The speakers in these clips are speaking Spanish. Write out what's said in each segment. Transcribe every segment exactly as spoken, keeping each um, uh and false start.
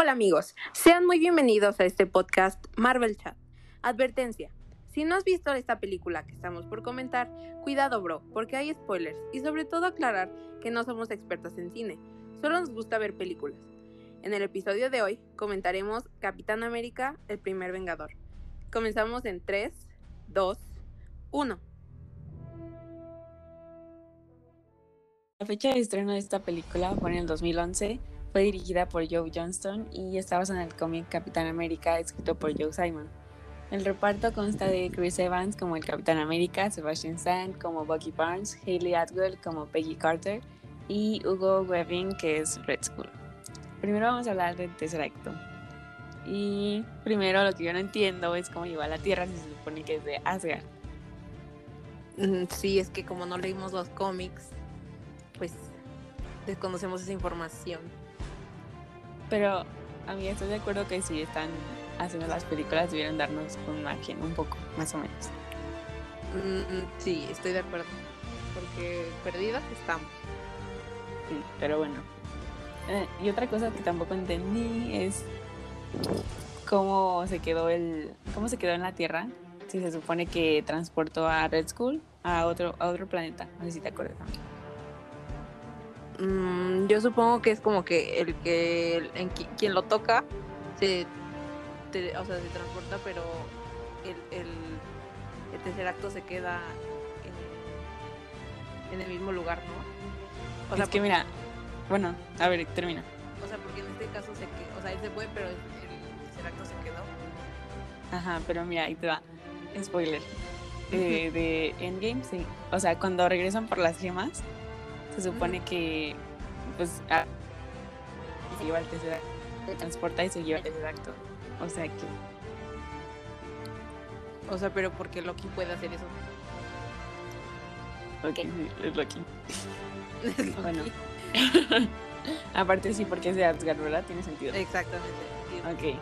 Hola amigos, sean muy bienvenidos a este podcast Marvel Chat. Advertencia, si no has visto esta película que estamos por comentar, cuidado bro, porque hay spoilers y sobre todo aclarar que no somos expertas en cine, solo nos gusta ver películas. En el episodio de hoy comentaremos Capitán América, el primer Vengador. Comenzamos en tres, dos, uno. La fecha de estreno de esta película fue en el dos mil once, fue dirigida por Joe Johnston y está basada en el cómic Capitán América escrito por Joe Simon. El reparto consta de Chris Evans como el Capitán América, Sebastian Stan como Bucky Barnes, Hayley Atwell como Peggy Carter y Hugo Weaving que es Red Skull. Primero vamos a hablar del tercer acto. Y primero lo que yo no entiendo es cómo llegó a la Tierra si se supone que es de Asgard. Sí, es que como no leímos los cómics, pues desconocemos esa información. Pero, amiga, ¿estás de acuerdo que si están haciendo las películas debieron darnos un margen, un poco, más o menos? Mm, sí, estoy de acuerdo, porque perdidas estamos. Sí, pero bueno. Eh, y otra cosa que tampoco entendí es cómo se quedó el, cómo se quedó en la Tierra, si se supone que transportó a Red Skull a otro, a otro planeta. No sé si te acuerdas, amiga. Mm, yo supongo que es como que el que el, en qui, quien lo toca se, te, o sea, se transporta, pero el, el, el tercer acto se queda en, en el mismo lugar, ¿no? O sea, es que porque, mira, bueno, a ver, termina. O sea, porque en este caso se quedó, o sea, él se fue, pero el, el tercer acto se quedó. Ajá, pero mira, ahí te va. Spoiler. Eh, de Endgame, sí. O sea, cuando regresan por las gemas, se supone uh-huh. que pues a, se lleva el tercer acto, se transporta y se lleva el tercer acto. O sea que. O sea, pero porque Loki puede hacer eso. Ok, sí, es Loki. Es Loki. Bueno. Aparte sí, porque es de Asgard, ¿verdad? Tiene sentido. Exactamente. Ok.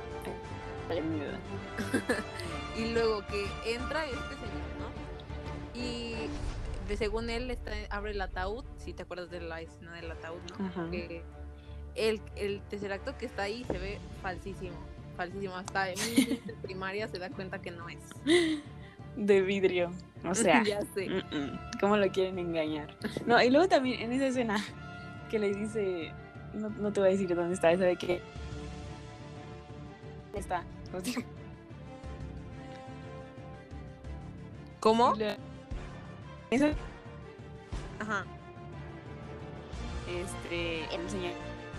Y luego que entra este señor, ¿no? Y de, según él está, abre el ataúd, si te acuerdas de la escena del ataúd, ¿no? Uh-huh. Que el, el tercer acto que está ahí se ve falsísimo, falsísimo. Hasta en mi primaria se da cuenta que no es. De vidrio, o sea. Ya sé. ¿Cómo lo quieren engañar? No, y luego también en esa escena que le dice, no, no te voy a decir dónde está, esa de que está. ¿Cómo? Esa... Ajá. Este, el señor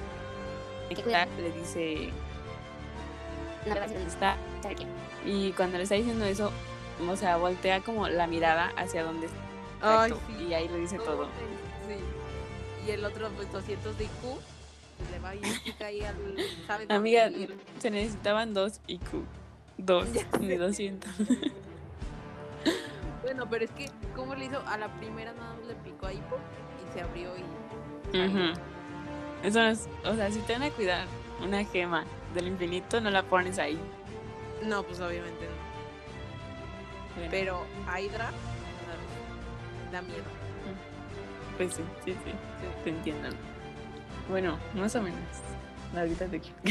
le dice, no le va a decir dónde está, ¿sabe qué? Y cuando le está diciendo eso, o sea, voltea como la mirada hacia donde está. Ay, sí. Y ahí le dice todo. Sí. Y el otro, pues, doscientos de I Q, pues, le va y explica ahí al... ¿sabes? Amiga, el... se necesitaban dos I Q. Dos, ni doscientos. Bueno, pero es que, ¿cómo le hizo? A la primera nada más le picó ahí y se abrió y... Uh-huh. Eso es, o sea, si te van a cuidar una gema del infinito, no la pones ahí. No, pues obviamente no. Bueno. Pero Hydra, ¿sabes? Da miedo. Pues sí, sí, sí, sí, te entiendo. Bueno, más o menos. Ahorita te quiero.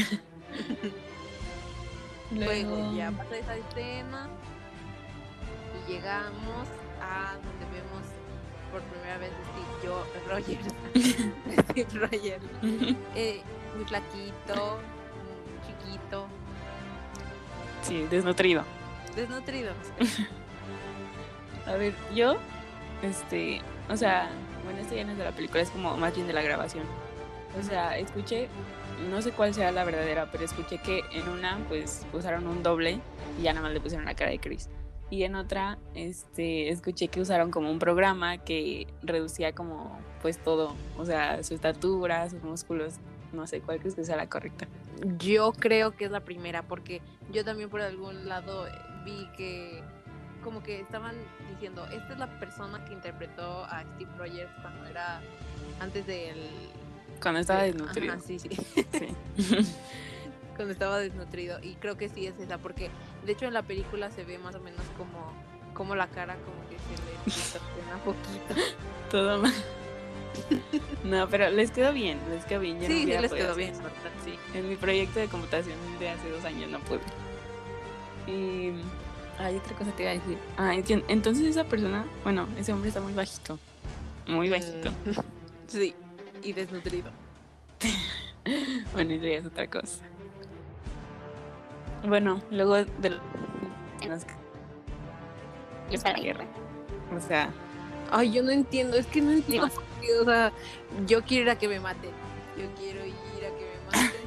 Luego ya pasa esa escena y llegamos a donde vemos por primera vez a Steve Rogers. Steve Rogers. eh, muy flaquito, chiquito. Sí, desnutrido. Desnutrido. A ver, yo, este, o sea, bueno, esto ya no es de la película, es como más bien de la grabación. O sea, escuché, no sé cuál sea la verdadera, pero escuché que en una, pues, usaron un doble y ya nada más le pusieron la cara de Chris. Y en otra, este, escuché que usaron como un programa que reducía como, pues, todo. O sea, su estatura, sus músculos. No sé, ¿cuál crees que sea la correcta? Yo creo que es la primera, porque yo también por algún lado vi que como que estaban diciendo, esta es la persona que interpretó a Steve Rogers cuando era, antes del... Cuando estaba desnutrido. Ajá, sí, sí. sí. Cuando estaba desnutrido, y creo que sí es esa, porque de hecho en la película se ve más o menos como, como la cara como que se le distorsiona un poquito. Todo mal. No, pero les quedó bien, les quedó bien. Yo Sí, no sí hubiera les podido quedó hacer bien. eso. Sí, en mi proyecto de computación de hace dos años no pude. Y hay otra cosa te iba a decir. Ah, enti- entonces esa persona, bueno, ese hombre está muy bajito, muy bajito. Mm, sí, y desnutrido. Bueno, eso ya es otra cosa. Bueno, luego de los es la guerra. O sea, Ay, yo no entiendo, es que no entiendo Sí. por qué, o sea, yo quiero ir a que me maten. Yo quiero ir a que me maten.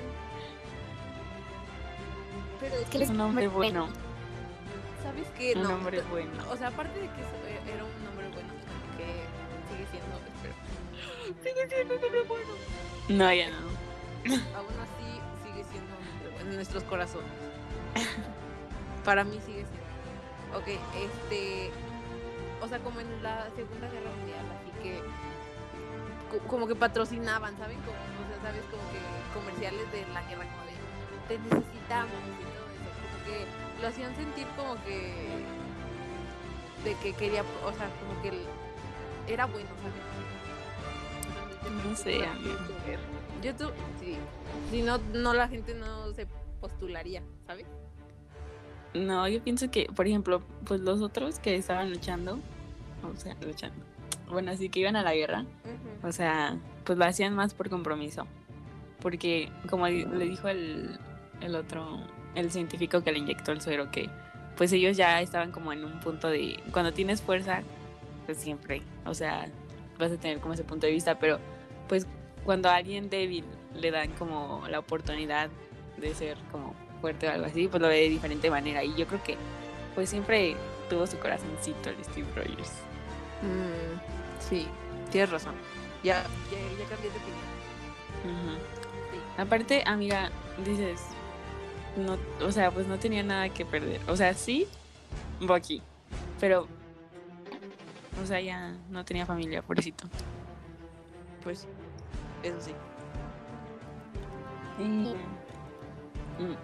Pero es que eres un hombre bueno, ¿sabes qué? un No, hombre t- bueno. o sea, aparte de que eso- e- era un hombre bueno, que sigue siendo, espero, sigue siendo un hombre bueno. No, ya no. Aún así sigue siendo un hombre bueno en nuestros corazones. Para mí sigue siendo. Ok, este, o sea, como en la Segunda Guerra Mundial, así que co- como que patrocinaban, ¿saben? Como, o sea, sabes, como que comerciales de la guerra, como de te necesitamos y todo eso, como que lo hacían sentir como que de que quería, o sea, como que él era bueno, ¿sabes? Entonces, No sé, amigo. Yo tú, sí, si no, no la gente no se postularía, ¿sabes? No, yo pienso que, por ejemplo, pues los otros que estaban luchando, o sea, luchando, bueno, así que iban a la guerra, Uh-huh. o sea, pues lo hacían más por compromiso, porque como le dijo el, el otro, el científico que le inyectó el suero, que pues ellos ya estaban como en un punto de, cuando tienes fuerza, pues siempre, o sea, vas a tener como ese punto de vista, pero pues cuando a alguien débil le dan como la oportunidad de ser como fuerte o algo así, pues lo ve de diferente manera. Y yo creo que pues siempre tuvo su corazoncito el Steve Rogers. Mm, sí, tienes razón. Ya, ya, ya cambié de opinión. Uh-huh. Sí. Aparte, amiga, dices, no, o sea, pues no tenía nada que perder. O sea, sí, Bucky, pero, o sea, ya no tenía familia, pobrecito. Pues, eso sí. Y, mm,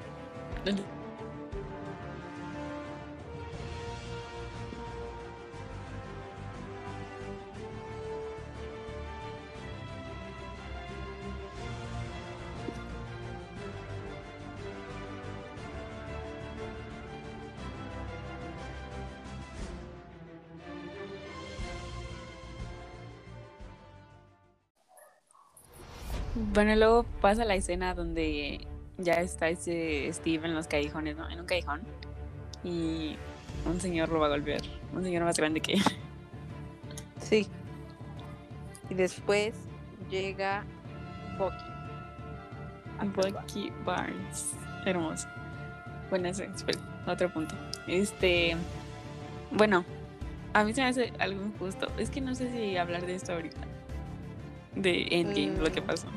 Bueno, luego pasa la escena donde ya está ese Steve en los callejones, ¿no? En un callejón. Y un señor lo va a golpear. Un señor más grande que él. Sí. Y después llega Bucky. Bucky Barnes. Hermoso. Bueno, eso, espera, otro punto. Este. Bueno, a mí se me hace algo injusto. Es que no sé si hablar de esto ahorita. De Endgame, mm. lo que pasó.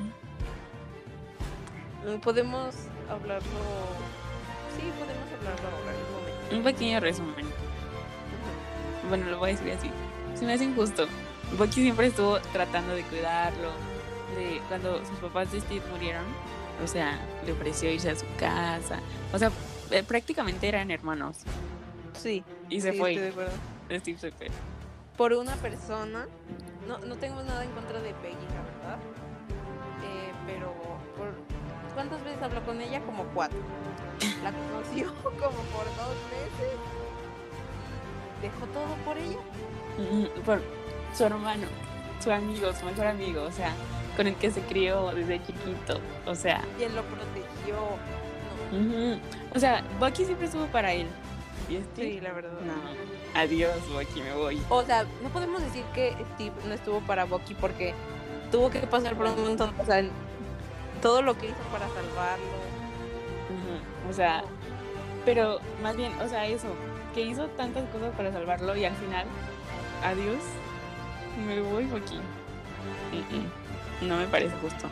Podemos hablarlo. Sí, podemos hablarlo ahora en un momento. Un pequeño resumen. Uh-huh. Bueno, lo voy a decir así. Se me hace injusto. Bucky siempre estuvo tratando de cuidarlo. De cuando sus papás de Steve murieron, o sea, le ofreció irse a su casa. O sea, eh, prácticamente eran hermanos. Sí. Y se sí, fue. Estoy de acuerdo. Steve se fue. Por una persona. No, no tengo nada en contra de Peggy, la verdad. Eh, pero por ¿cuántas veces habló con ella? Como cuatro. La conoció como por dos meses. Dejó todo por ella. Mm, por su hermano, su amigo, su mejor amigo, o sea, con el que se crió desde chiquito, o sea. Y él lo protegió. No. Uh-huh. O sea, Bucky siempre estuvo para él. ¿Y este? Sí, la verdad. No. Adiós, Bucky, me voy. O sea, no podemos decir que Steve no estuvo para Bucky porque tuvo que pasar por un montón, o sea, todo lo que hizo para salvarlo. Uh-huh. O sea, pero más bien, o sea, eso, que hizo tantas cosas para salvarlo y al final, adiós, me voy, Bucky. Uh-uh. No me parece justo.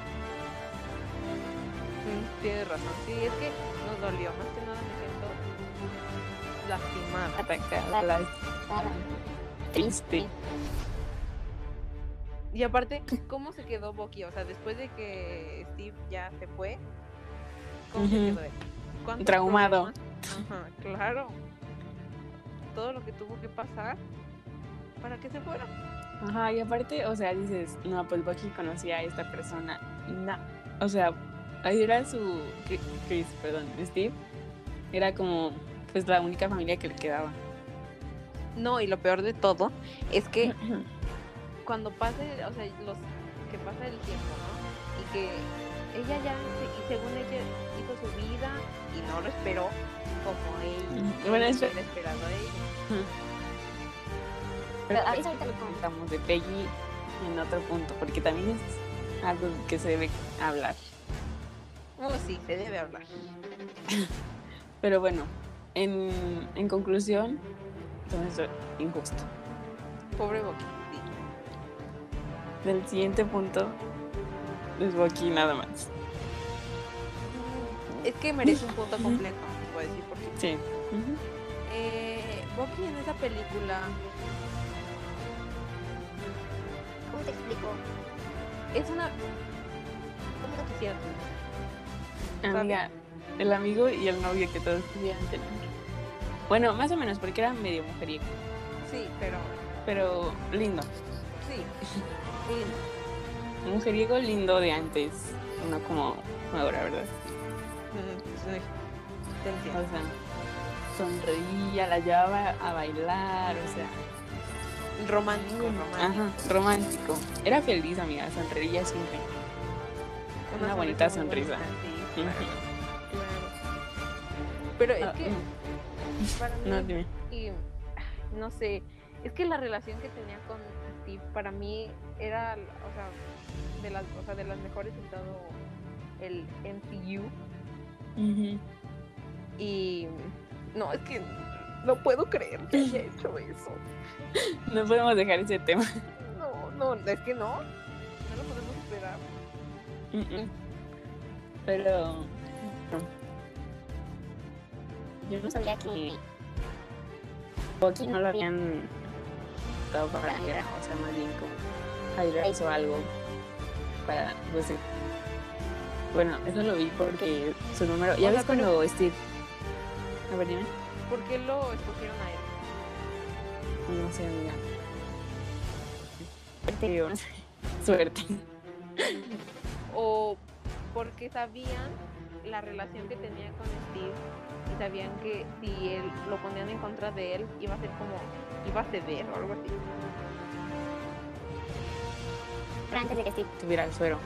Mm, tienes razón. Sí, es que nos dolió, más que nada me siento lastimada. Atacada, la... triste. Y aparte, ¿cómo se quedó Bucky? O sea, después de que Steve ya se fue, ¿cómo uh-huh. se quedó él? Traumado. Ajá, claro. Todo lo que tuvo que pasar para que se fuera. Ajá, y aparte, o sea, dices, no, pues Bucky conocía a esta persona. No, o sea, ahí era su... Chris, perdón, Steve. Era como, pues, la única familia que le quedaba. No, y lo peor de todo es que cuando pase, o sea, los que pasa el tiempo, ¿no? Y que ella ya, y según ella hizo su vida y no lo esperó como ella, bueno, él eso... hubiera esperado a ella. Pero a eso ahorita lo comentamos de Peggy en otro punto, porque también es algo que se debe hablar. Oh, sí, se debe hablar. Pero bueno, en, en conclusión, entonces es injusto. Pobre Bucky. Sí. Del siguiente punto es Bucky nada más. Es que merece un punto completo, voy a decir por qué. Sí. Uh-huh. Eh, Bucky en esa película... ¿Cómo te explico? Es una... ¿Cómo lo quisieras? Amiga, el amigo y el novio que todos quisieran tener. Bueno, más o menos, porque era medio mujeriego. Sí, pero... Pero lindo. Sí, lindo. Mujeriego lindo de antes, no como ahora, ¿verdad? Sí, te entiendo. O sea, sonreía, la llevaba a bailar, o sea... Romántico, romántico. Ajá, romántico. Era feliz, amiga, sonreía siempre. Una, Una bonita sonrisa. Bonita, sí, claro, claro. Pero es que para mí, no, dime. Y, no sé, es que la relación que tenía con Steve para mí era, o sea, de las, o sea, de las mejores de todo el M C U. Uh-huh. Y no, es que no puedo creer que haya hecho eso. No podemos dejar ese tema. No, no, es que no. No lo podemos esperar. Uh-uh. Pero no. Yo no sabía que Bucky no lo habían dado para la guerra, o sea, más bien como Hydra hizo algo para, pues sí. Bueno, eso lo vi porque su número, ya o ves sea, cuando pero... Steve, a ver, dime. ¿Por qué lo escogieron a él? No sé, amiga. Suerte. Suerte. O porque sabían la relación que tenía con Steve y sabían que si él lo ponían en contra de él iba a ser como, iba a ceder o algo así. Pero antes de que Steve tuviera el suero.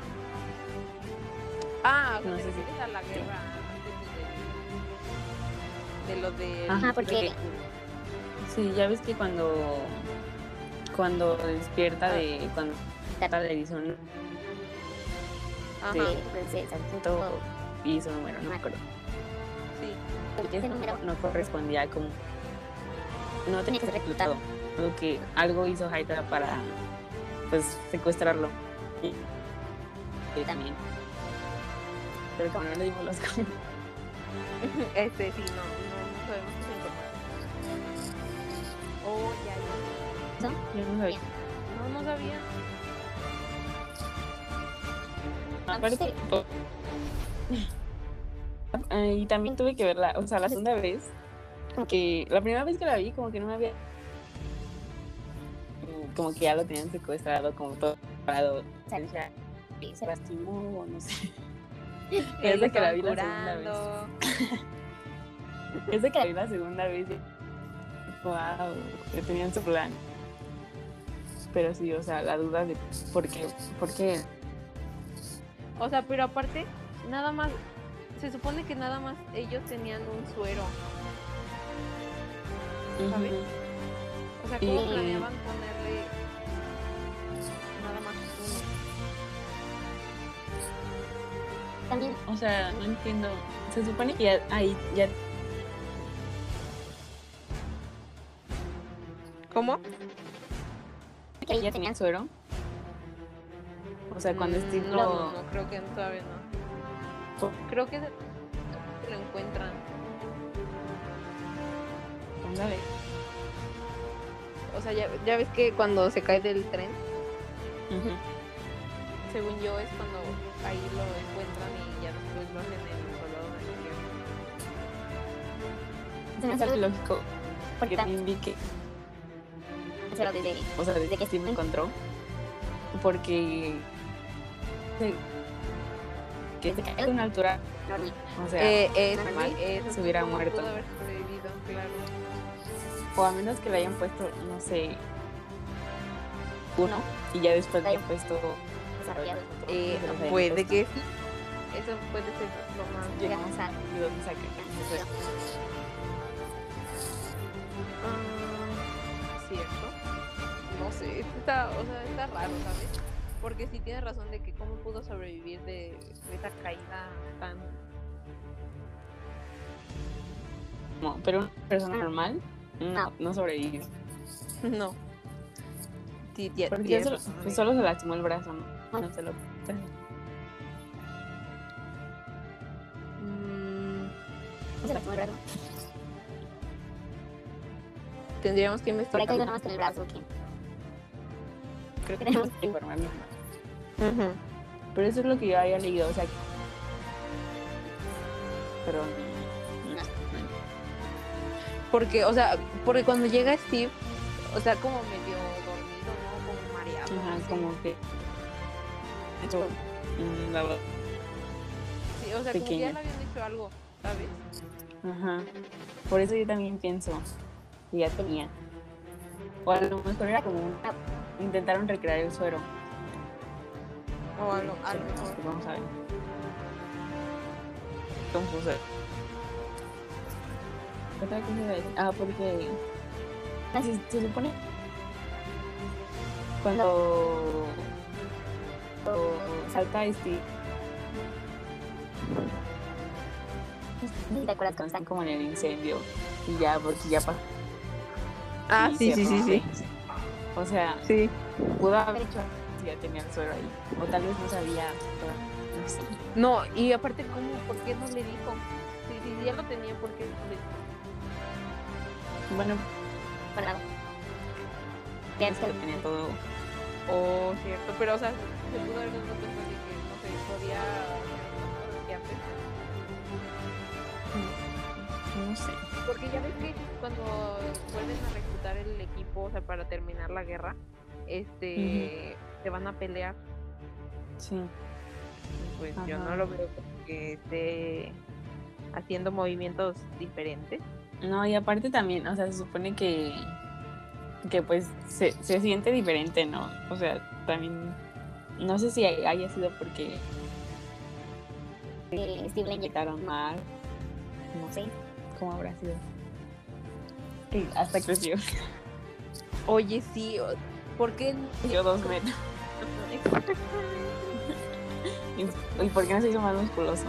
Ah, no sé si a la guerra de, de lo de... Ajá, porque... De... Sí, ya ves que cuando cuando despierta ah. de... cuando trata de edición Ajá. de princesa, todo y su número, no me acuerdo. Sí. Porque ese número no correspondía como... No tenía que ser reclutado. Lo que algo hizo Hydra para, pues, secuestrarlo. Y, y también. Pero como no le dimos los cómics. Este, sí, no, no, no sabemos qué información. Oh, ya, ya. ¿No? Yo no sabía. No, no sabía. Aparte, oh. Y también tuve que verla, o sea, la segunda vez, que la primera vez que la vi, como que no me había... Como que ya lo tenían secuestrado, como todo parado. O sea, se lastimó, o no sé. Es de que la vi la segunda vez. Es de que la vi la segunda vez. Wow, que tenían su plan. Pero sí, o sea, la duda de por qué, por qué. O sea, pero aparte, nada más, se supone que nada más ellos tenían un suero. ¿Sabes? Uh-huh. O sea, ¿cómo y, planeaban ponerle nada más uno? También, o sea, no entiendo. Se supone que ya ahí ya. ¿Cómo? Que ya tenían suero. O sea, cuando mm, Steve no, lo... no, no, creo que todavía no. Creo que lo encuentran. Póngale. O sea, ya, ya ves que cuando se cae del tren, uh-huh. según yo es cuando ahí lo encuentran y ya después lo hacen en el soldado de invierno. Se me hace lógico, porque también vi que Solo desde, o sea, desde desde que que Steve me encontró, porque se- que se cayó de una altura, dormí. o sea, Eh, eh, normal, sí, eso se sí hubiera pudo- muerto. pudo haber sobrevivido, claro. O a menos que le hayan puesto, no sé, uno, y ya después le hayan puesto Desarrollado. Eh, se los hayan puede puesto. que sí. Eso puede ser lo más. Yo Ya, no o sea, sé de dónde saqué eso. Ah, cierto. No sé, esto está, o sea, está raro, ¿sabes? Porque sí tiene razón de que cómo pudo sobrevivir de, de esa caída tan. No, pero una persona normal no, no sobrevive. No. Sí, tía- Porque tienes solo, razón, pues amiga. solo se lastimó el brazo, ¿no? No se lo Mm, se lastimó el brazo. tendríamos que Por ahí investigar. cayó nada más con el brazo. Que... creo que tenemos que informarnos más. Ujú. Pero eso es lo que yo había leído, o sea. Pero no, no. Porque, o sea, porque cuando llega Steve, o sea, como medio dormido, ¿no? Como mareado. Ajá, no sé. como que. Hecho, mm, la verdad. Sí, o sea, como que ya pequeño. le habían hecho algo, ¿sabes? Ajá. Por eso yo también pienso que ya tenía. O a lo mejor era como un... intentaron recrear el suero. O a lo, a lo Pero, mejor. pues, vamos a ver. Confuso. Otra cosa iba a decir. Ah, porque se, se supone cuando, cuando salta Steve, ¿No te acuerdas cuando cuando están como en el incendio y ya, porque ya pasó. Ah, y sí, se sí, sí, sí. rompe. O sea, Sí. pudo haber hecho si ya tenía el suero ahí. O tal vez no sabía. Pero no sé. No, y aparte, ¿cómo? ¿Por qué no le dijo? Si, si ya lo tenía, ¿por qué no le dijo? Bueno, Por lado. ya es que lo tenía todo. Oh, cierto. Pero, o sea, se pudo haber dado cuenta de que, no sé, podía hacer más cosas que antes. No sé. Porque ya ves que cuando vuelven a reclutar el equipo, o sea, para terminar la guerra, este, se van a pelear. Sí. Y pues yo Ajá. no lo veo como que esté haciendo movimientos diferentes. No, y aparte también, o sea, se supone que que pues se, se siente diferente, ¿no? O sea, también no sé si hay- haya sido porque Eh, Steve le le inyectaron inyectaron mal, no sé. ¿cómo habrá sido? Y hasta creció, Oye, sí, o- ¿por qué? creció dos metros. ¿Y, y por qué no se hizo más musculoso?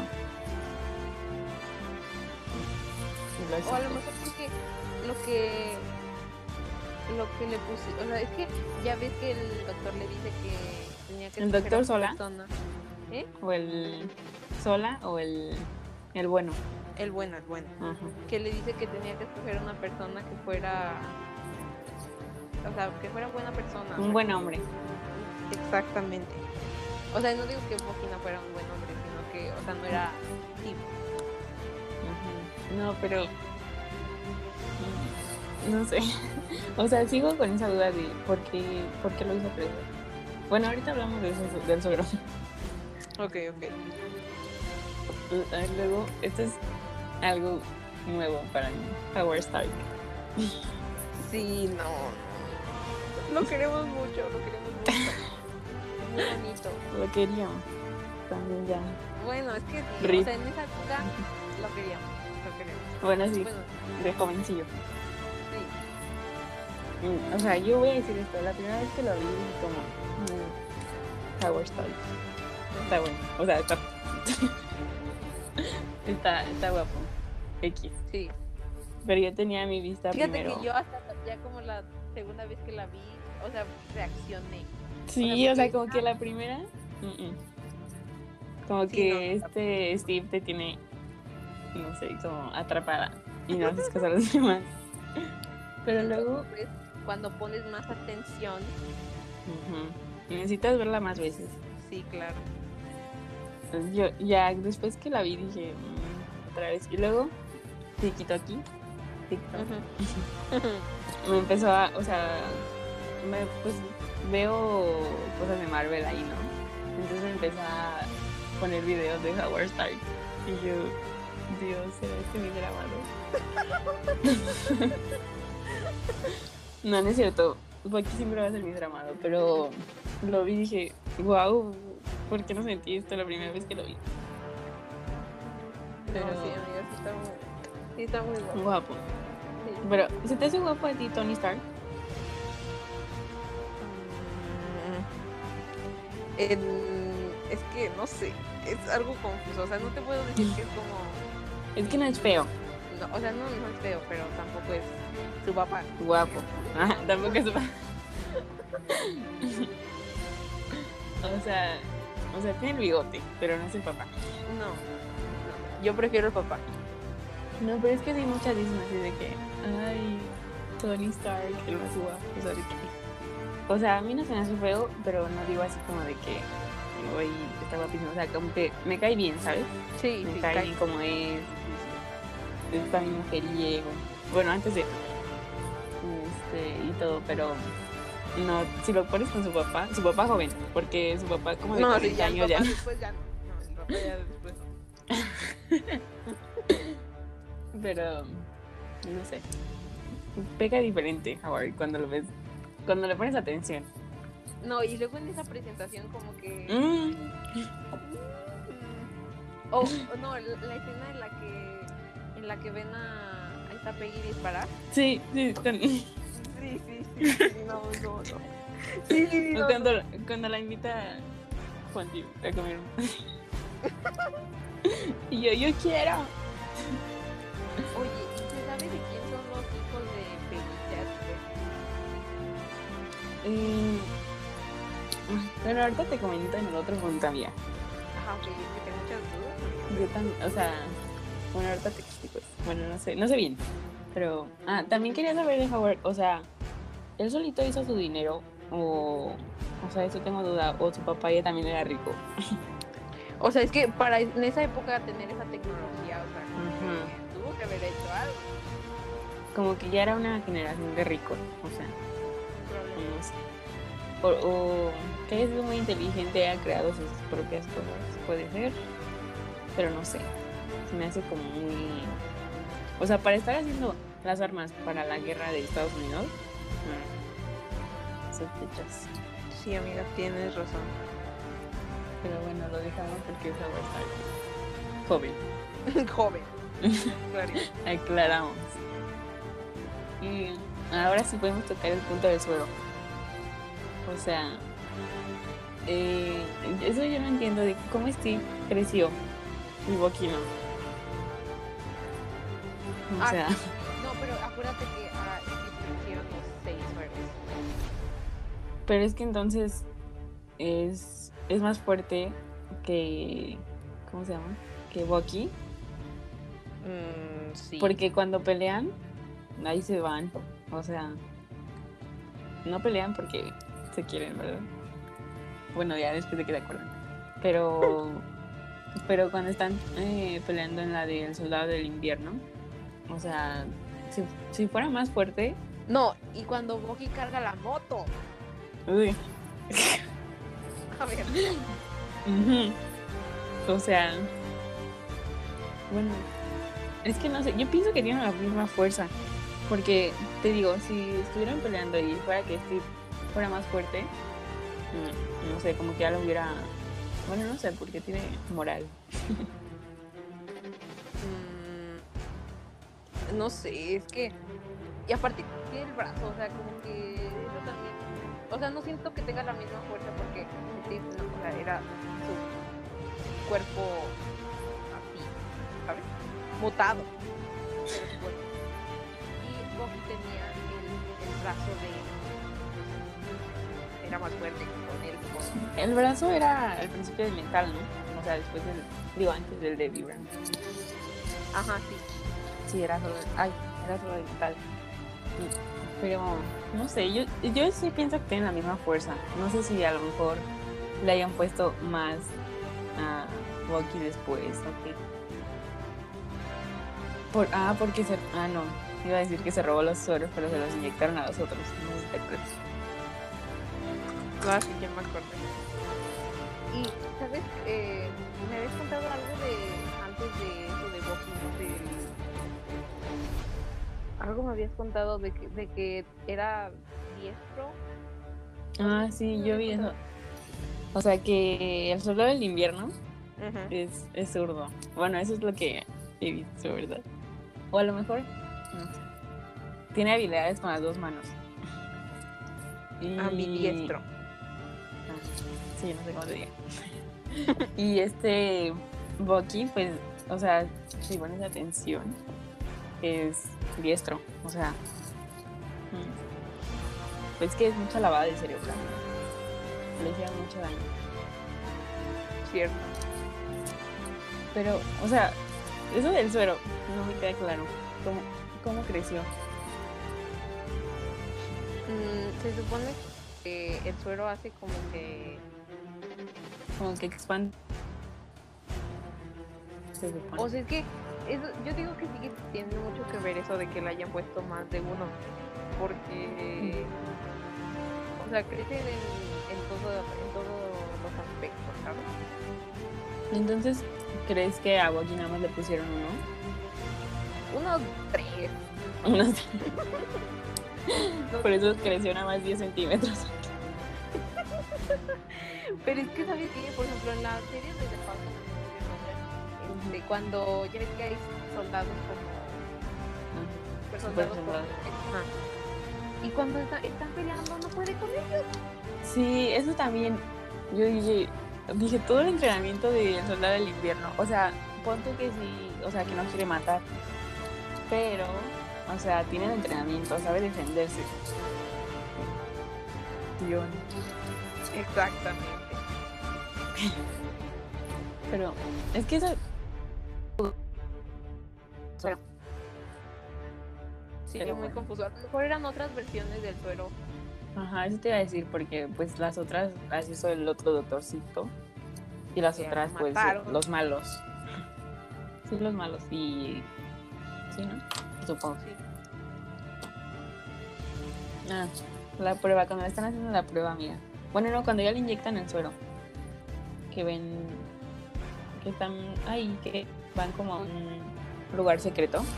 Y lo O a hizo. lo mejor porque lo que lo que le puse, o sea, es que ya ves que el doctor le dice que tenía que ¿El escoger doctor a una Sola? persona. ¿Eh? O el Sola o el, el bueno. El bueno, el bueno. Ajá. Que le dice que tenía que escoger a una persona que fuera, o sea, que fuera buena persona. Un buen hombre. Exactamente. O sea, no digo que Bucky no fuera un buen hombre, sino que, o sea, no era Steve. Ajá. No, pero mm, no sé. O sea, sigo con esa duda de por qué, por qué lo hizo crecer. Bueno, ahorita hablamos de eso, del suegro. Ok, ok. Luego, esto es algo nuevo para mí. Howard Stark. Sí, no. Lo queremos mucho, lo queremos mucho. Es muy bonito. Lo quería. También ya. Bueno, es que sí, Rip. o sea, en esa época lo queríamos, lo queríamos. Bueno, sí, Bueno, de jovencillo. sí. Mm, O sea, yo voy a decir esto. La primera vez que lo vi, dije como mm, Howard Stark. Está bueno. O sea, está. está, está guapo. X. Sí. Pero yo tenía mi vista Fíjate primero. que yo hasta ya como la segunda vez que la vi, o sea, reaccioné. Sí, o o sea, sea, como porque- que la primera. mm, mm. Como Sí, que no. este Steve te tiene, no sé, como atrapada. Y no haces caso a los demás. Pero luego. Pues, cuando pones más atención, ujú, necesitas verla más veces. sí, claro. Entonces, yo ya después que la vi dije, "Mm, otra vez". Y luego, TikTok aquí, TikTok, Ujú. me empezó a, o sea, me, pues veo cosas de Marvel ahí, ¿no? Entonces me empecé a poner videos de Howard Stark y yo, Dios, ¿será este mi dramado? No, no es cierto, Bucky siempre va a ser mi dramado, pero lo vi y dije, wow, ¿por qué no sentí esto la primera vez que lo vi? Pero no, sí, amiga, sí está muy, sí está muy guapo. Guapo. Sí. Pero, ¿se te hace guapo a ti Tony Stark? Mm, en- es que no sé, es algo confuso, o sea, no te puedo decir que es como, Es que no es feo, no, o sea, no, no es feo, pero tampoco es su papá. guapo. Ajá, tampoco es... o sea, o sea, tiene el bigote, pero no es el papá. No, no, yo prefiero el papá. No, pero es que sí, muchas dicen así de que, ay, Tony Stark, el más guapo, o sea, de que... O sea, a mí no se me hace feo, pero no digo así como de que, uy, está guapísimo, o sea, como que me cae bien, ¿sabes? Sí, Me sí, cae cae- bien como es, es también mujeriego, bueno, antes de este, y todo, pero no, si lo pones con su papá, su papá joven, porque su papá como de no, sí, cuarenta ya el años papá ya, después ya no, no, el papá ya después no. pero no sé, pega diferente Howard cuando lo ves, cuando le pones atención. No, y luego en esa presentación como que... Mm. O o no, la, la escena en la que en la que ven a, a esta Peggy disparar. Sí, sí, con- Sí, sí, sí, sí, no, no, no. Sí, sí, no, cuando, cuando la invita Juan Tío a comer. Y yo, yo quiero. no. Oye, ¿y se sabe de quién son los hijos de Peggy Jasper? Eh, Pero ahorita te comento en el otro punto, amiga. Ajá, ok, es que tengo muchas dudas. Yo también, o sea, bueno, ahorita te explico. Bueno, no sé, no sé bien. Pero, ah, también quería saber de Howard, o sea, ¿él solito hizo su dinero? O, o sea, eso tengo duda. O su papá ya también era rico. O sea, es que para en esa época tener esa tecnología, o sea, como Ujú. que tuvo que haber hecho algo. Como que ya era una generación de ricos, o sea, Probablemente. no sé. O, o que haya sido muy inteligente, haya creado sus propias cosas, puede ser. Pero no sé, se me hace como muy... O sea, para estar haciendo las armas para la guerra de Estados Unidos, mm, sospechas. Sí, amiga, tienes razón. Pero bueno, lo dejamos porque es Howard Stark. Joven. Joven. Claro. Aclaramos. Y ahora sí podemos tocar el punto del suero. O sea, eh, eso yo no entiendo de cómo Steve creció y Bucky no. O Ah, sea, No, pero acuérdate que ah, hicieron los seis sueros. pero es que entonces es, es más fuerte que... ¿Cómo se llama? Que Bucky. Mm, sí. Porque cuando pelean, ahí se van. O sea, no pelean porque se quieren, ¿verdad? Bueno, ya después de que se acuerdan. Pero, pero cuando están eh, peleando en la del Soldado del Invierno, o sea, si, si fuera más fuerte, No, y cuando Bucky carga la moto. uy, A ver. ujú. O sea, bueno, es que no sé, yo pienso que tienen la misma fuerza. Porque, te digo, si estuvieran peleando y fuera que Steve fuera más fuerte, mm, no sé, como que ya lo hubiera... Bueno, no sé, porque tiene moral. Mm, no sé, es que. Y aparte tiene el brazo, o sea, como que eso también. O sea, no siento que tenga la misma fuerza porque Steve, no, o sea, era su cuerpo así, ¿sabes? Mutado. Pero su cuerpo. Y Bucky tenía el, el brazo de. Era más fuerte con él. Con... El brazo era al principio del mental, ¿no? O sea, después del... Digo, antes del de Vibram. Ajá, sí. Sí, era solo... Ay, era solo del mental. Mm, Pero, no sé, yo, yo sí pienso que tienen la misma fuerza. No sé si a lo mejor le hayan puesto más a Bucky después, ¿o qué? Por, ah, porque se... Ah, no. Iba a decir que se robó los sueros, pero se los inyectaron a los otros. No sé si te acuerdas. No, sí, ya me acordé. Y, ¿sabes? Eh, me habías contado algo de antes de eso de Bucky, de algo me habías contado de que, de que era diestro. Ah, sí, yo vi eso. O sea, que el soldado del invierno Ujú. es, es zurdo. Bueno, eso es lo que he visto, ¿verdad? O a lo mejor, no sé. Tiene habilidades con las dos manos. Y... Ambidiestro. Ah, sí, no sé cómo se diga. Y este Bucky, pues, o sea, si pones atención, es diestro. O sea, mm, pues que es mucha lavada de cerebro. Le hicieron mucho daño. Cierto. Pero, o sea, eso del suero no me queda claro. ¿Cómo, cómo creció? Mm, se supone que el suero hace como que... Como que expande. Se supone. O sea, es que eso, yo digo que sí que tiene mucho que ver eso de que le hayan puesto más de uno. Porque... O sea, crecen en, en, todo, en todos los aspectos, ¿sabes? Entonces, ¿crees que a Bucky nada más le pusieron uno? Unos tres. Unos... Por eso creció nada más diez centímetros. Pero es que, ¿sabes qué? Por ejemplo, en la serie de The Falcon, este, cuando ya ves que hay soldados como... Super soldados como... soldados. Ajá. Y cuando está, están peleando no puede con ellos. Sí, eso también. Yo dije, dije todo el entrenamiento del soldado del invierno. O sea, pon tú que sí, o sea, que no quiere matar. Pero, o sea, tiene el entrenamiento, sabe defenderse. Dios. Exactamente. Pero, es que eso... Pero, sí, Pero es muy bueno. confuso. A lo mejor eran otras versiones del suero. Ajá, eso te iba a decir, porque pues las otras las hizo el otro doctorcito. Y las Que otras, pues, mataron. los malos. Sí, los malos. Y... sí, ¿no? Supongo. Sí. Ah, la prueba, cuando le están haciendo la prueba, amiga. Bueno, no, cuando ya le inyectan el suero. Que ven... que están ahí, que van como a un lugar secreto. Ujú.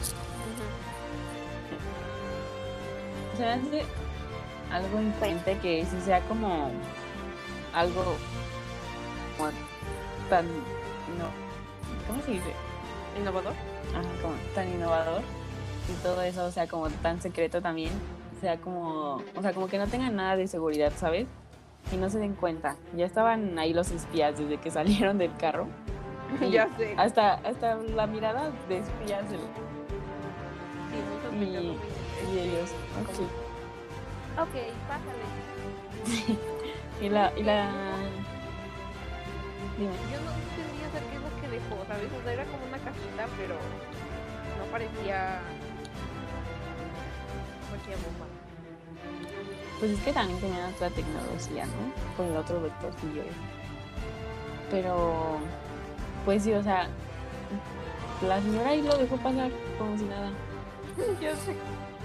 O sea, hace algo incoherente que sí sea como algo como tan no, ¿cómo se dice? ¿Innovador? Ajá, como tan innovador y todo eso, o sea, como tan secreto también, o sea, como, o sea, como que no tengan nada de seguridad, ¿sabes? Y no se den cuenta. Ya estaban ahí los espías desde que salieron del carro. Y Ya sé. Hasta, hasta la mirada de espías el- Sí, muy y, sospechoso. y ellos, ok. Ok, pásale. Y la, y la... Dime. Yo no entendía hacer qué es lo que dejó, ¿sabes? O sea, era como una cajita, pero no parecía... no parecía bomba. Pues es que también tenían otra tecnología, ¿no? Con el otro doctorcillo. Pero, pues sí, o sea, la señora ahí lo dejó pasar como si nada. Yo sé.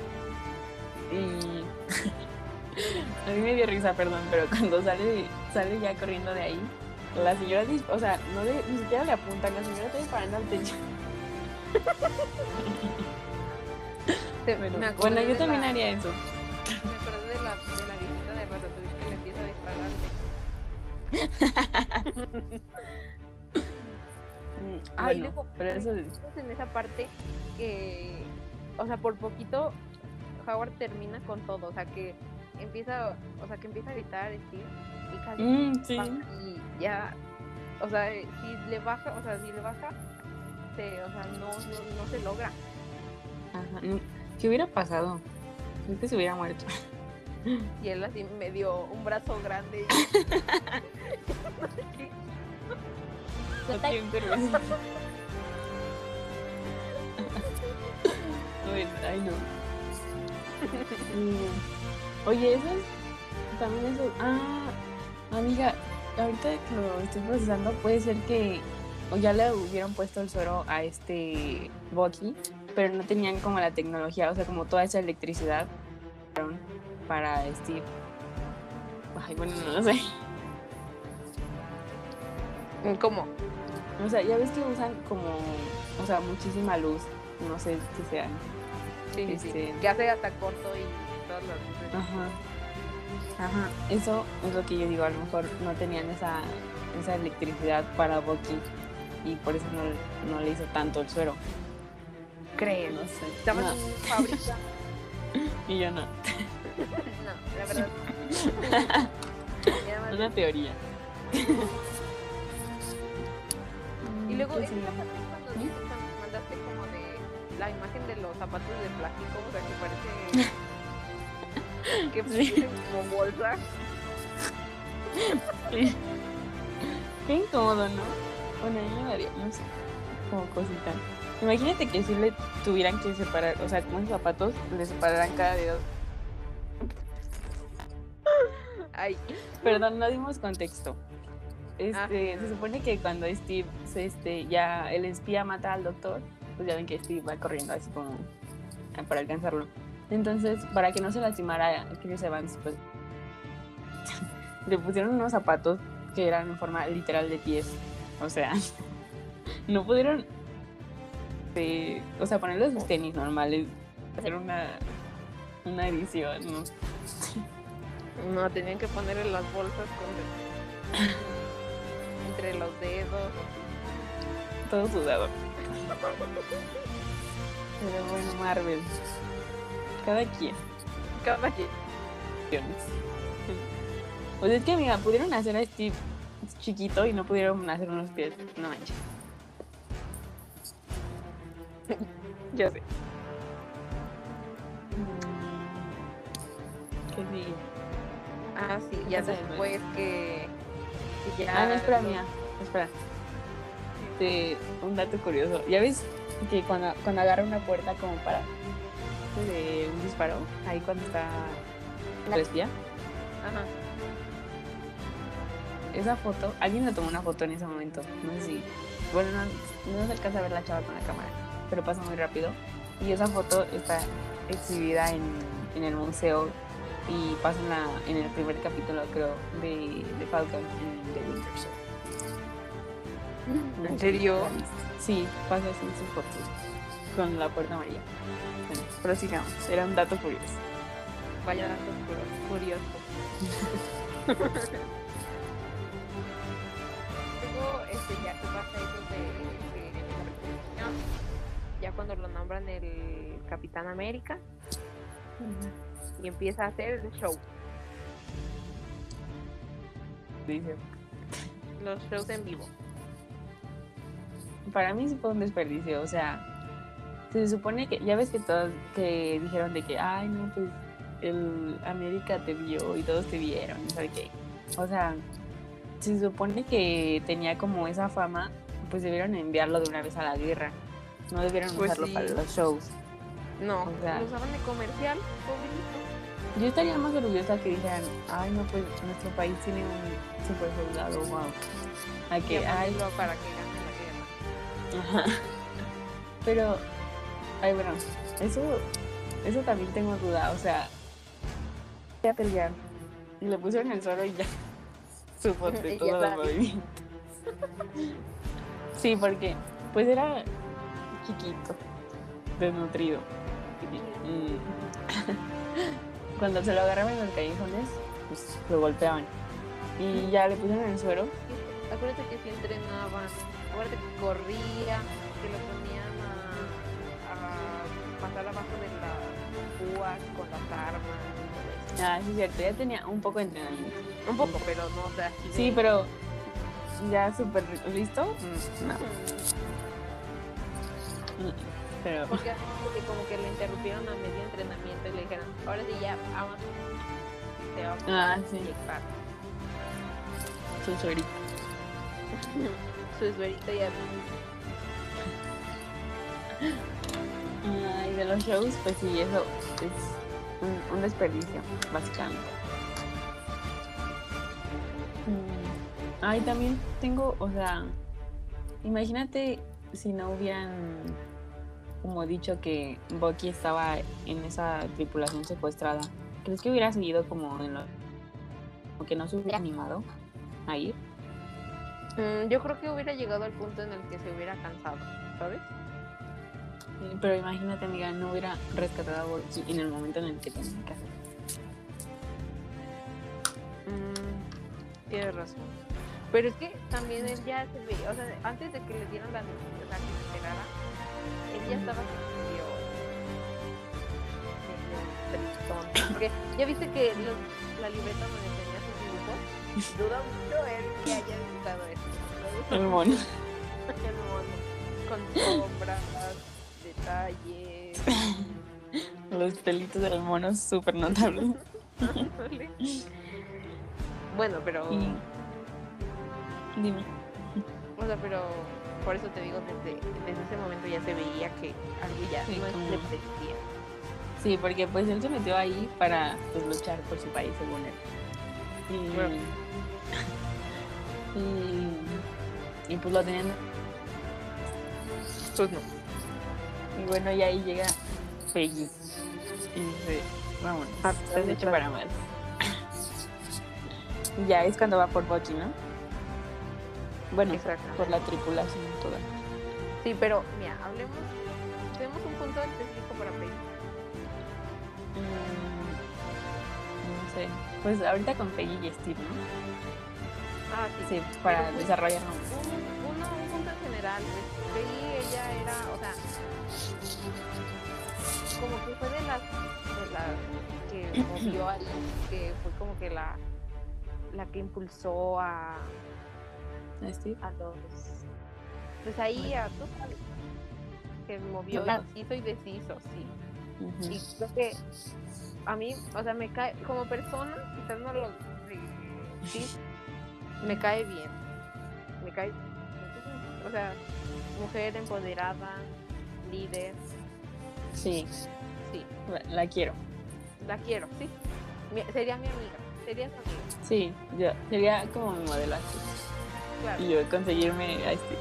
Y a mí me dio risa, perdón, pero cuando sale, sale ya corriendo de ahí, la señora, dis- o sea, no le- ni siquiera le apuntan, la señora está disparando al techo. Te- Bueno, me acordé bueno, yo de también la- haría eso. Me acordé de la, de la viejita de Ratatouille que le empieza a disparar. Mm, Ah, y bueno, luego, pero eso de- estamos en esa parte que, o sea, por poquito Howard termina con todo, o sea, que empieza, o sea, que empieza a gritar, decir, y casi Mm, sí. y ya, o sea, si le baja, o sea, si le baja, se, o sea, no, no, no se logra. Ajá. Mm, ¿qué hubiera pasado? Creo que se hubiera muerto. Y él así me dio un brazo grande. Qué enfermedad. Ay, ay, no. Mm, Oye, eso es, también eso. Ah, amiga, ahorita que lo estoy procesando, puede ser que o ya le hubieran puesto el suero a este Bucky, pero no tenían como la tecnología, o sea, como toda esa electricidad para Steve. Ay, bueno, no lo sé. ¿Cómo? O sea, ya ves que usan como, o sea, muchísima luz. No sé si sean. Sí, sí, Este- sí. Que hace hasta corto y todas las luces. Ajá. Ajá. Eso es lo que yo digo. A lo mejor no tenían esa, esa electricidad para Bucky y por eso no, no le hizo tanto el suero. ¿Crees? No sé. Estaban No. en una fábrica. Y yo no. No, la verdad. Ya más Una teoría. Y luego, ¿Qué en sigue? esa parte cuando dices, cuando mandaste como de la imagen de los zapatos de plástico, o sea, que parece que Sí. parecen como bolsas. Sí. Qué incómodo, ¿no? Bueno, a mí me daría, no sé, como cosita. Imagínate que si le tuvieran que separar, o sea, como esos zapatos, le separaran cada dedo. Ay, Perdón, no dimos contexto. Este, Ah. se supone que cuando Steve, se, este, ya el espía mata al doctor, pues ya ven que Steve va corriendo así como para alcanzarlo. Entonces, para que no se lastimara Chris Evans, pues le pusieron unos zapatos que eran en forma literal de pies. O sea, no pudieron, eh, o sea, ponerle sus tenis normales, hacer una, una edición, ¿no? no, tenían que ponerle las bolsas con entre los dedos. Todo sudado. Pero bueno, Marvel. Cada quien. Cada quien. Pues es que, amiga, pudieron hacer a Steve chiquito y no pudieron hacer unos pies. No manches. Ya sé. ¿Qué sigue? Ah, sí, ¿Qué ya pasa después que, que ya. Ah, no, espera, mía. Espera. Este, un dato curioso. ¿Ya ves que cuando, cuando agarra una puerta como para de un disparo, ahí cuando está la espía, Ajá. esa foto, alguien le tomó una foto en ese momento, no sé si, bueno, no, no se alcanza a ver la chava con la cámara, pero pasa muy rápido, y esa foto está exhibida en, en el museo y pasa en, la, en el primer capítulo, creo, de, de Falcon, en The Winter Soldier. ¿En serio? Sí, pasa así sus fotos con la puerta amarilla. Bueno, prosigamos, era un dato curioso. Vaya datos cur- curiosos. Luego, este, ya que pasa eso de, de, de la reconstrucción, ya cuando lo nombran el Capitán América y empieza a hacer el show, Dice, los shows en vivo. para mí sí fue un desperdicio, o sea, se supone que, ya ves que todos que dijeron de que, ay, no, pues el América te vio y todos te vieron, no sé qué. O sea, se supone que tenía como esa fama, pues debieron enviarlo de una vez a la guerra, no debieron Pues usarlo sí. para los shows. No, O sea- lo usaban de comercial, pobrecito. Yo estaría más orgullosa que dijeran, ay, no, pues nuestro país tiene un super soldado, wow. A Y que, a ay, ponerlo para que gane la guerra. ajá. Pero, ay, bueno, eso, eso también tengo duda, o sea, ya pelear. Y le pusieron el suelo y ya supo de Y ya todos los sabía. movimientos. Sí, porque, pues era chiquito, desnutrido. Y, cuando se lo agarraban en los callejones, pues lo golpeaban. Y ya le pusieron el suero. Acuérdate que si entrenaban, acuérdate que corría, que lo ponían a, a pasar abajo de las púas con las armas. y todo eso. Ah, sí, es cierto, ya tenía un poco de entrenamiento. Un poco, pero no, o sea, así de- Sí, pero ya súper listo. Mm, No. Mm, Pero Porque, porque como que le interrumpieron a medio entrenamiento y le dijeron, ahora sí ya, vamos. Te vamos Ah, a sí. inyectar. su suerito. Su suerito ya. Ah, y de los shows, pues sí, eso es un, un desperdicio, básicamente. Mm, Ah, y también tengo, o sea, imagínate si no hubieran como dicho que Bucky estaba en esa tripulación secuestrada. ¿Crees que hubiera seguido como en los como que no se hubiera animado a ir. Mm, yo creo que hubiera llegado al punto en el que se hubiera cansado, ¿sabes? Sí, pero imagínate, amiga, no hubiera rescatado a Bucky en el momento en el que tenía que hacerlo. Mm, tienes razón. Pero es que también él ya se ve, o sea, antes de que le dieran la noticia, o sea, que se enterara, él ya estaba medio, medio tristón. Porque ya viste que los, la libreta donde tenía sus dibujos, duda mucho él que haya dibujado eso. El mono. El mono, con sombras, detalles. Los pelitos del mono súper notables. Bueno, pero... Y... Dime. O sea, pero por eso te digo, desde, desde ese momento ya se veía que algo ya Sí, no como- le parecía. Sí, porque pues él se metió ahí para pues, luchar por su país, según él. Y, Bueno. y, y pues lo tenían. Pues no. Y bueno, y ahí llega Peggy. Y dice, vámonos, Ah, estás hecho para más. Y ya es cuando va por Bucky, ¿no? Bueno, Exacto. por la tripulación toda. Sí, pero mira, hablemos. Tenemos un punto específico para Peggy. Mm, no sé. Pues ahorita con Peggy y Steve, ¿no? Ah, sí. Sí, para Pero, pues, desarrollarlo. Un, uno, un punto en general. Pues, Peggy, ella era, o sea, como que fue de las, de las que movió ahí, que fue como que la, la que impulsó a, Steve. a los, pues ahí a, tú sabes, que movió Claro. y hizo y deshizo, sí. Ujú. Y creo que a mí, o sea, me cae, como persona, quizás no lo, sí, me cae bien, me cae, o sea, mujer empoderada, líder, Sí, sí, la, la quiero. la quiero, sí, mi- sería mi amiga, sería su amiga, Sí, yo sería como mi modelo así. claro. Y yo conseguirme a este.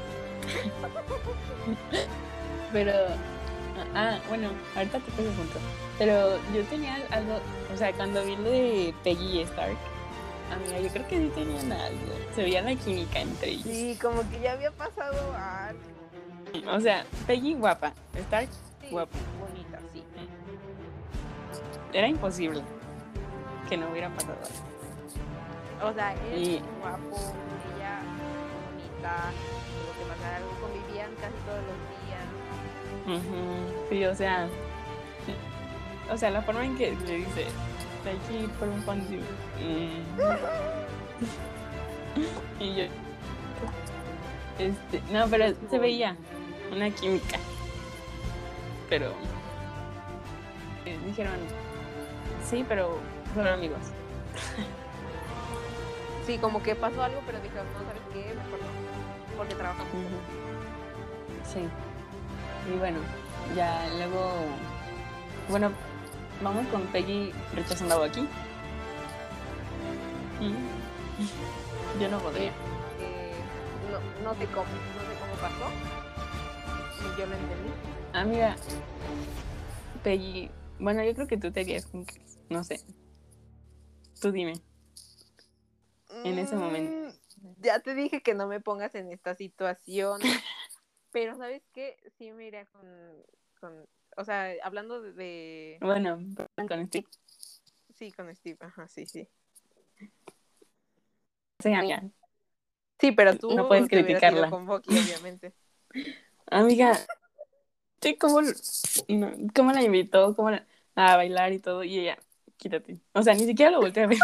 Pero, ah, bueno, ahorita te ese punto. Pero yo tenía algo, o sea, cuando vi lo de Peggy y Stark, amiga, yo creo que sí tenían algo. Se veía la química entre ellos. Sí, como que ya había pasado a O sea, Peggy guapa, Stark sí, guapo. bonita, sí. Era imposible que no hubiera pasado algo. O sea, él Y- guapo, ella bonita, lo que pasara, algo, convivían casi todos los días. Ujú, sí, o sea, o sea, la forma en que le dice, hay que ir por un fondue. Mm. Y yo, este, no, pero se veía una química. Pero eh, dijeron, sí, pero son amigos. Sí, como que pasó algo, pero dijeron, no, ¿sabes qué? Mejor no, porque trabajamos. Ujú. Sí. Y bueno, ya luego, bueno, vamos con Peggy rechazando a Bucky. Mm. Yo no podría. Eh, no, no sé cómo, no sé cómo pasó. Y yo lo entendí. Amiga, Peggy, bueno, yo creo que tú te harías con Chris, no sé. Tú dime. En ese momento. Mm, Ya te dije que no me pongas en esta situación. Pero ¿sabes qué? Sí me iría con, con o sea, hablando de, de- Bueno, con Steve. sí, con Steve, ajá, sí, sí. Sí, amiga. Sí, pero tú No puedes te hubieras ido criticarla. con Bucky, obviamente. Amiga, sí, ¿cómo, no, cómo la invitó cómo la- a bailar y todo? Y ella, quítate. O sea, ni siquiera lo volteé a ver.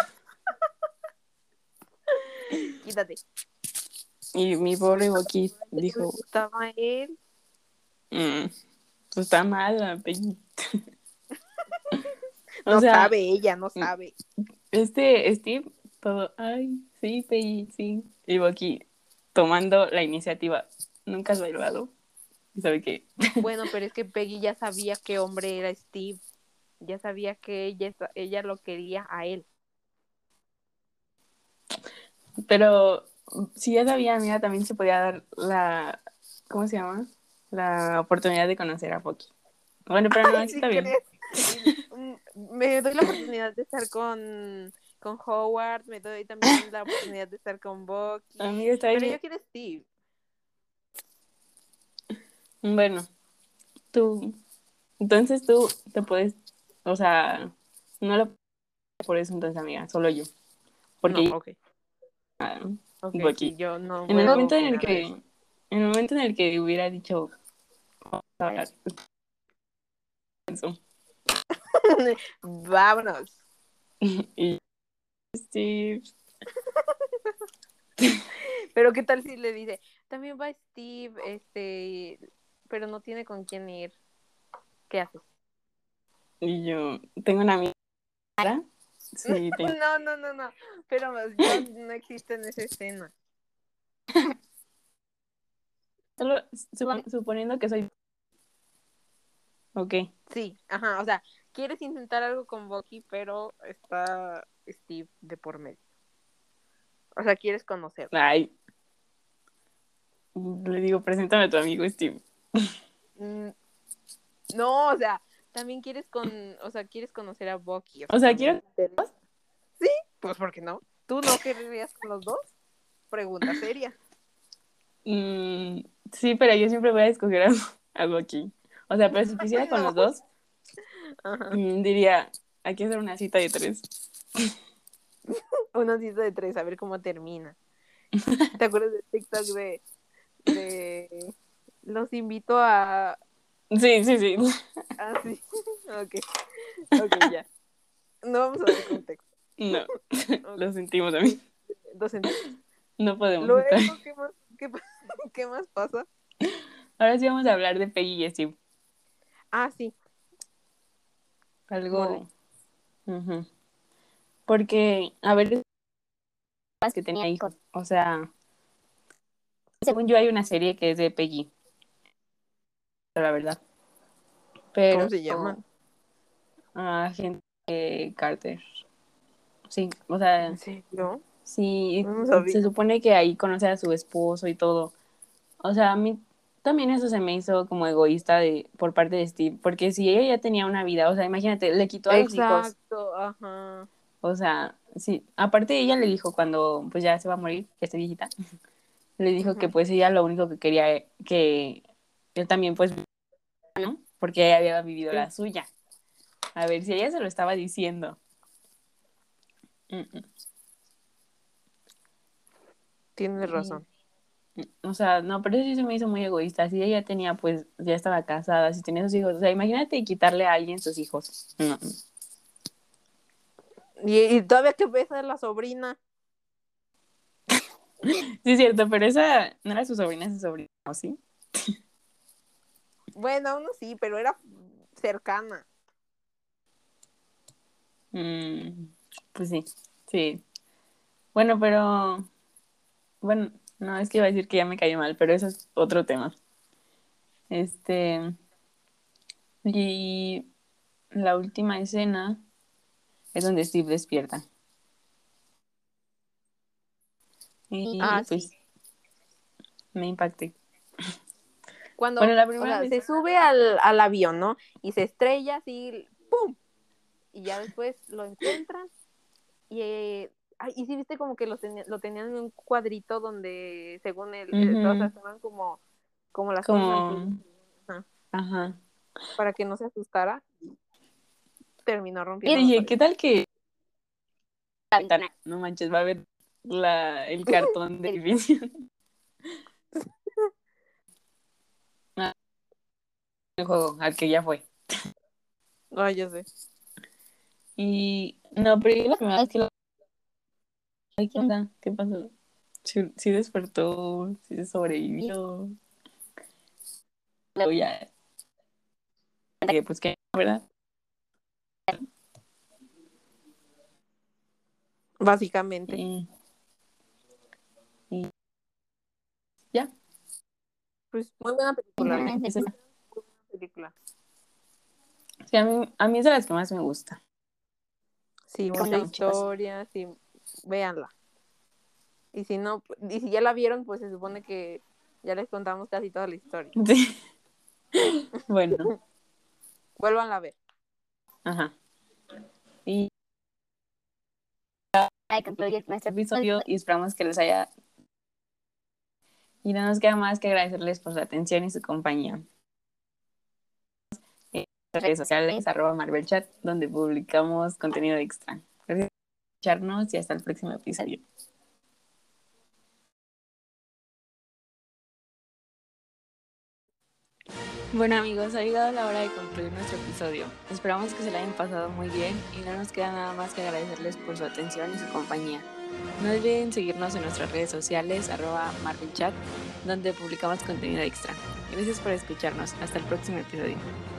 Quítate. Y mi pobre Bucky Me dijo, gustaba él. "Mm, pues está mal la Peggy". O No sea, sabe ella, no sabe. este Steve, todo, ay, sí, Peggy, sí. Y Bucky tomando la iniciativa. Nunca has bailado. ¿Y sabe qué? Bueno, pero es que Peggy ya sabía qué hombre era Steve. Ya sabía que ella, ella lo quería a él. Pero si ya sabía, amiga, también se podía dar la, ¿cómo se llama? La oportunidad de conocer a Bucky. Bueno, pero no, Ay, así ¿sí está bien. crees? Mm, Me doy la oportunidad de estar con con Howard, me doy también la oportunidad de estar con Bucky. Amiga, está Pero bien. yo quiero Steve. Bueno, tú, entonces tú te puedes, o sea, no lo por eso entonces, amiga, solo yo. No, Porque ok. ah, Ok, Bucky. sí, yo no En el puedo momento en el opinar de que, eso. en el momento en el que hubiera dicho, "Ahora, eso", Vámonos. y Steve, Pero qué tal si le dice, también va Steve, este, pero no tiene con quién ir. ¿Qué haces? y yo tengo una amiga, sí, tengo, No, no, no, no. Pero John no existe en esa escena. solo sup- suponiendo que soy, ok, Sí, ajá, o sea, quieres intentar algo con Bucky, pero está Steve de por medio. O sea, quieres conocerlo. ay, le digo, preséntame a tu amigo Steve. Mm, no, o sea, también quieres con, o sea, quieres conocer a Bucky, o O sea, sea, también quiero, te interesa. Sí, pues ¿por qué no? ¿Tú no querrías con los dos? Pregunta seria. mm, sí, pero yo siempre voy a escoger a, a Bucky. O sea, pero si quisiera con No. los dos, Ajá. mm, diría, hay que hacer una cita de tres. Una cita de tres, a ver cómo termina. ¿Te acuerdas del TikTok de, de los invito a... Sí, sí, sí. Ah, sí. Ok, ok, ya. No vamos a dar contexto. No, Ok, lo sentimos a mí. lo sentimos. No podemos estar. Luego, ¿qué más, qué, pa- qué más pasa? Ahora sí vamos a hablar de Peggy y Steve. Ah, sí, mole. Algo. Ujú. Porque, a ver, es que tenía hijos. O sea, según yo hay una serie que es de Peggy, la verdad. ¿Cómo Pero, se llaman? ah, gente Carter. Sí, o sea, ¿En serio? sí, No se sabía. supone que ahí conoce a su esposo y todo. O sea, a mí también eso se me hizo como egoísta de, por parte de Steve, porque si ella ya tenía una vida, o sea, imagínate, le quitó a los hijos. Exacto, ajá. O sea, sí, aparte ella le dijo cuando pues ya se va a morir, que esté viejita, le dijo que Ujú. pues ella lo único que quería eh, que él también pues, ¿no? Porque ella había vivido Sí, la suya. A ver, si ella se lo estaba diciendo. Mm, mm, tienes y- razón. o sea, no, pero eso sí se me hizo muy egoísta. Si ella tenía, pues, ya estaba casada, si tenía sus hijos, o sea, imagínate quitarle a alguien sus hijos. No, no. Y, y todavía que ves a la sobrina. Sí, es cierto, pero esa no era su sobrina, es su sobrina, ¿o sí? Bueno, aún sí, pero era cercana. Mm, pues sí, sí. Bueno, pero, bueno, no, es que iba a decir que ya me cayó mal, pero eso es otro tema. Este, y la última escena es donde Steve despierta. Ah, Y sí. pues me impacté. Bueno, Cuando, la o primera sea, vez, se sube al, al avión, ¿no? Y se estrella así, ¡pum! Y ya después lo encuentran. Y, eh, ay, y sí viste como que lo, tenía- lo tenían en un cuadrito donde, según él, eh, o sea, ujú, estaban como, como las cosas antiguas. como, Ajá. ajá. Para que no se asustara, terminó Y rompiendo la dije, pared. ¿qué tal que no manches, va a ver la, el cartón de edificio? Ah, el juego al que ya fue. Ay, ya sé. Y no, pero yo la primera vez que lo... Ay, ¿qué onda? ¿Qué pasó? Sí, sí despertó, sí sobrevivió. Luego ya, que pues que, ¿verdad? Básicamente. Y, y ya, Pues muy buena película, ¿eh? esa es- Muy buena película. sí, a mí, a mí es de las que más me gusta. Sí, Me bonita gusta mucho. historia, sí, véanla. Y si no, y si ya la vieron, pues se supone que ya les contamos casi toda la historia. Sí, bueno, Vuélvanla a ver. ajá. Y Para concluir nuestro episodio y esperamos que les haya... Y no nos queda más que agradecerles por su atención y su compañía. En nuestras redes sociales, arroba MarvelChat, donde publicamos contenido extra. Gracias por escucharnos y hasta el próximo episodio. Bueno amigos, ha llegado la hora de concluir nuestro episodio. Esperamos que se lo hayan pasado muy bien y no nos queda nada más que agradecerles por su atención y su compañía. No olviden seguirnos en nuestras redes sociales, arroba MarvelChat, donde publicamos contenido extra. Gracias por escucharnos. Hasta el próximo episodio.